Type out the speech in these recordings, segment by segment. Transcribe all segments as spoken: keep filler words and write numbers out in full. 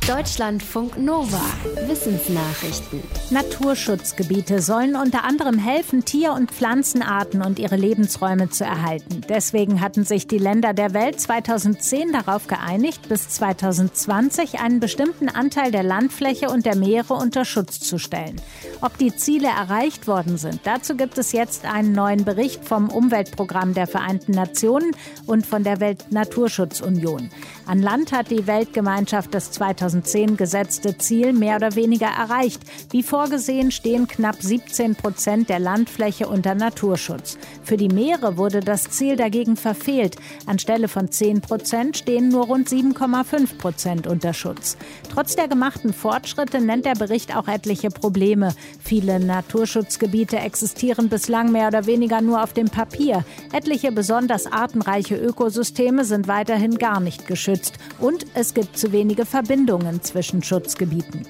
Deutschlandfunk Nova. Wissensnachrichten. Naturschutzgebiete sollen unter anderem helfen, Tier- und Pflanzenarten und ihre Lebensräume zu erhalten. Deswegen hatten sich die Länder der Welt zweitausendzehn darauf geeinigt, bis zweitausendzwanzig einen bestimmten Anteil der Landfläche und der Meere unter Schutz zu stellen. Ob die Ziele erreicht worden sind, dazu gibt es jetzt einen neuen Bericht vom Umweltprogramm der Vereinten Nationen und von der Weltnaturschutzunion. An Land hat die Weltgemeinschaft das zweitausendzehn gesetzte Ziel mehr oder weniger erreicht. Wie vorgesehen stehen knapp siebzehn Prozent der Landfläche unter Naturschutz. Für die Meere wurde das Ziel dagegen verfehlt. Anstelle von zehn Prozent stehen nur rund sieben Komma fünf Prozent unter Schutz. Trotz der gemachten Fortschritte nennt der Bericht auch etliche Probleme. Viele Naturschutzgebiete existieren bislang mehr oder weniger nur auf dem Papier. Etliche besonders artenreiche Ökosysteme sind weiterhin gar nicht geschützt. Und es gibt zu wenige Verbindungen zwischen Schutzgebieten.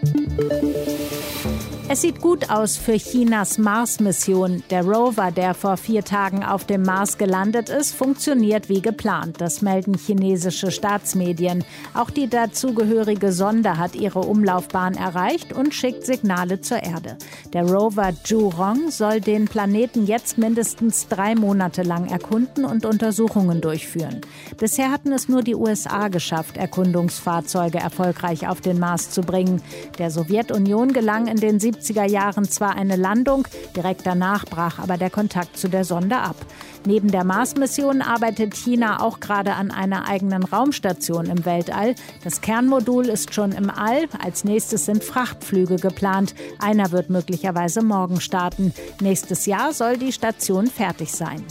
Es sieht gut aus für Chinas Mars-Mission. Der Rover, der vor vier Tagen auf dem Mars gelandet ist, funktioniert wie geplant. Das melden chinesische Staatsmedien. Auch die dazugehörige Sonde hat ihre Umlaufbahn erreicht und schickt Signale zur Erde. Der Rover Zhurong soll den Planeten jetzt mindestens drei Monate lang erkunden und Untersuchungen durchführen. Bisher hatten es nur die U S A geschafft, Erkundungsfahrzeuge erfolgreich auf den Mars zu bringen. Der Sowjetunion gelang in den siebziger Jahren zwar eine Landung, direkt danach brach aber der Kontakt zu der Sonde ab. Neben der Mars-Mission arbeitet China auch gerade an einer eigenen Raumstation im Weltall. Das Kernmodul ist schon im All. Als nächstes sind Frachtflüge geplant. Einer wird möglicherweise morgen starten. Nächstes Jahr soll die Station fertig sein.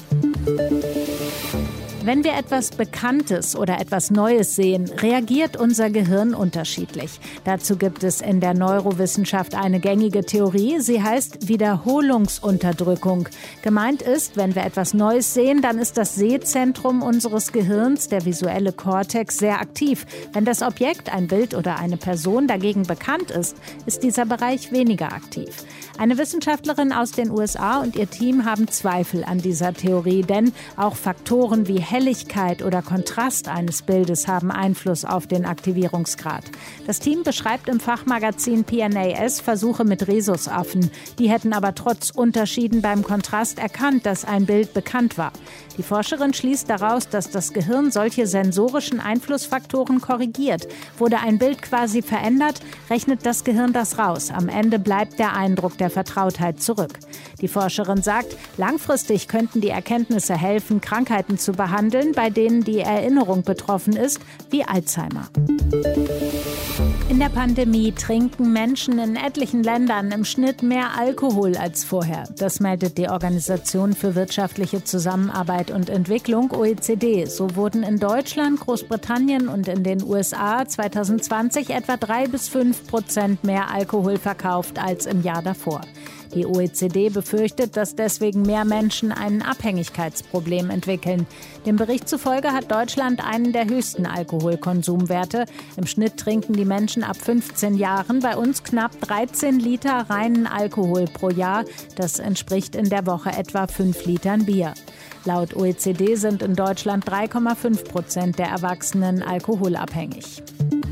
Wenn wir etwas Bekanntes oder etwas Neues sehen, reagiert unser Gehirn unterschiedlich. Dazu gibt es in der Neurowissenschaft eine gängige Theorie. Sie heißt Wiederholungsunterdrückung. Gemeint ist, wenn wir etwas Neues sehen, dann ist das Sehzentrum unseres Gehirns, der visuelle Kortex, sehr aktiv. Wenn das Objekt, ein Bild oder eine Person dagegen bekannt ist, ist dieser Bereich weniger aktiv. Eine Wissenschaftlerin aus den U S A und ihr Team haben Zweifel an dieser Theorie, denn auch Faktoren wie Helligkeit oder Kontrast eines Bildes haben Einfluss auf den Aktivierungsgrad. Das Team beschreibt im Fachmagazin P N A S Versuche mit Rhesusaffen. Die hätten aber trotz Unterschieden beim Kontrast erkannt, dass ein Bild bekannt war. Die Forscherin schließt daraus, dass das Gehirn solche sensorischen Einflussfaktoren korrigiert. Wurde ein Bild quasi verändert, rechnet das Gehirn das raus. Am Ende bleibt der Eindruck der Vertrautheit zurück. Die Forscherin sagt, langfristig könnten die Erkenntnisse helfen, Krankheiten zu behandeln, bei denen die Erinnerung betroffen ist, wie Alzheimer. In der Pandemie trinken Menschen in etlichen Ländern im Schnitt mehr Alkohol als vorher. Das meldet die Organisation für wirtschaftliche Zusammenarbeit und Entwicklung O E C D. So wurden in Deutschland, Großbritannien und in den U S A zweitausendzwanzig etwa drei bis fünf Prozent mehr Alkohol verkauft als im Jahr davor. Die O E C D befürchtet, dass deswegen mehr Menschen ein Abhängigkeitsproblem entwickeln. Dem Bericht zufolge hat Deutschland einen der höchsten Alkoholkonsumwerte. Im Schnitt trinken die Menschen ab fünfzehn Jahren bei uns knapp dreizehn Liter reinen Alkohol pro Jahr. Das entspricht in der Woche etwa fünf Litern Bier. Laut O E C D sind in Deutschland drei Komma fünf Prozent der Erwachsenen alkoholabhängig.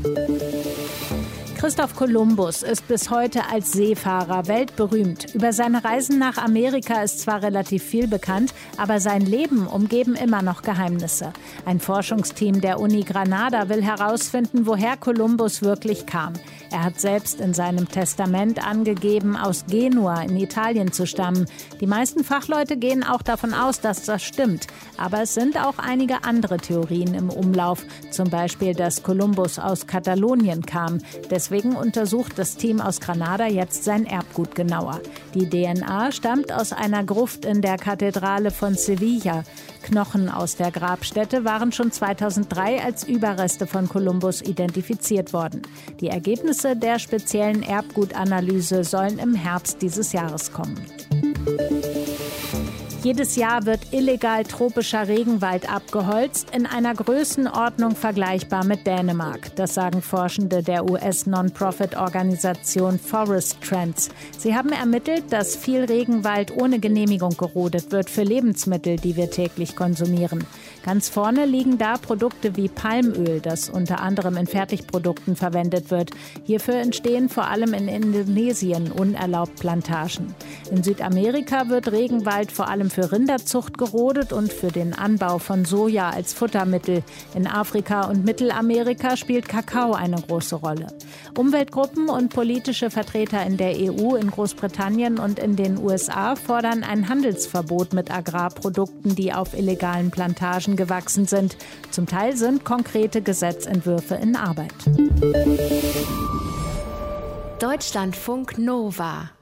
Christoph Kolumbus ist bis heute als Seefahrer weltberühmt. Über seine Reisen nach Amerika ist zwar relativ viel bekannt, aber sein Leben umgeben immer noch Geheimnisse. Ein Forschungsteam der Uni Granada will herausfinden, woher Kolumbus wirklich kam. Er hat selbst in seinem Testament angegeben, aus Genua in Italien zu stammen. Die meisten Fachleute gehen auch davon aus, dass das stimmt. Aber es sind auch einige andere Theorien im Umlauf. Zum Beispiel, dass Kolumbus aus Katalonien kam. Deswegen untersucht das Team aus Granada jetzt sein Erbgut genauer. Die D N A stammt aus einer Gruft in der Kathedrale von Sevilla. Knochen aus der Grabstätte waren schon zweitausenddrei als Überreste von Kolumbus identifiziert worden. Die Ergebnisse der speziellen Erbgutanalyse sollen im Herbst dieses Jahres kommen. Jedes Jahr wird illegal tropischer Regenwald abgeholzt, in einer Größenordnung vergleichbar mit Dänemark. Das sagen Forschende der U S-Non-Profit-Organisation Forest Trends. Sie haben ermittelt, dass viel Regenwald ohne Genehmigung gerodet wird für Lebensmittel, die wir täglich konsumieren. Ganz vorne liegen da Produkte wie Palmöl, das unter anderem in Fertigprodukten verwendet wird. Hierfür entstehen vor allem in Indonesien unerlaubt Plantagen. In Südamerika wird Regenwald vor allem für Rinderzucht gerodet und für den Anbau von Soja als Futtermittel. In Afrika und Mittelamerika spielt Kakao eine große Rolle. Umweltgruppen und politische Vertreter in der E U, in Großbritannien und in den U S A fordern ein Handelsverbot mit Agrarprodukten, die auf illegalen Plantagen gewachsen sind. Zum Teil sind konkrete Gesetzentwürfe in Arbeit. Deutschlandfunk Nova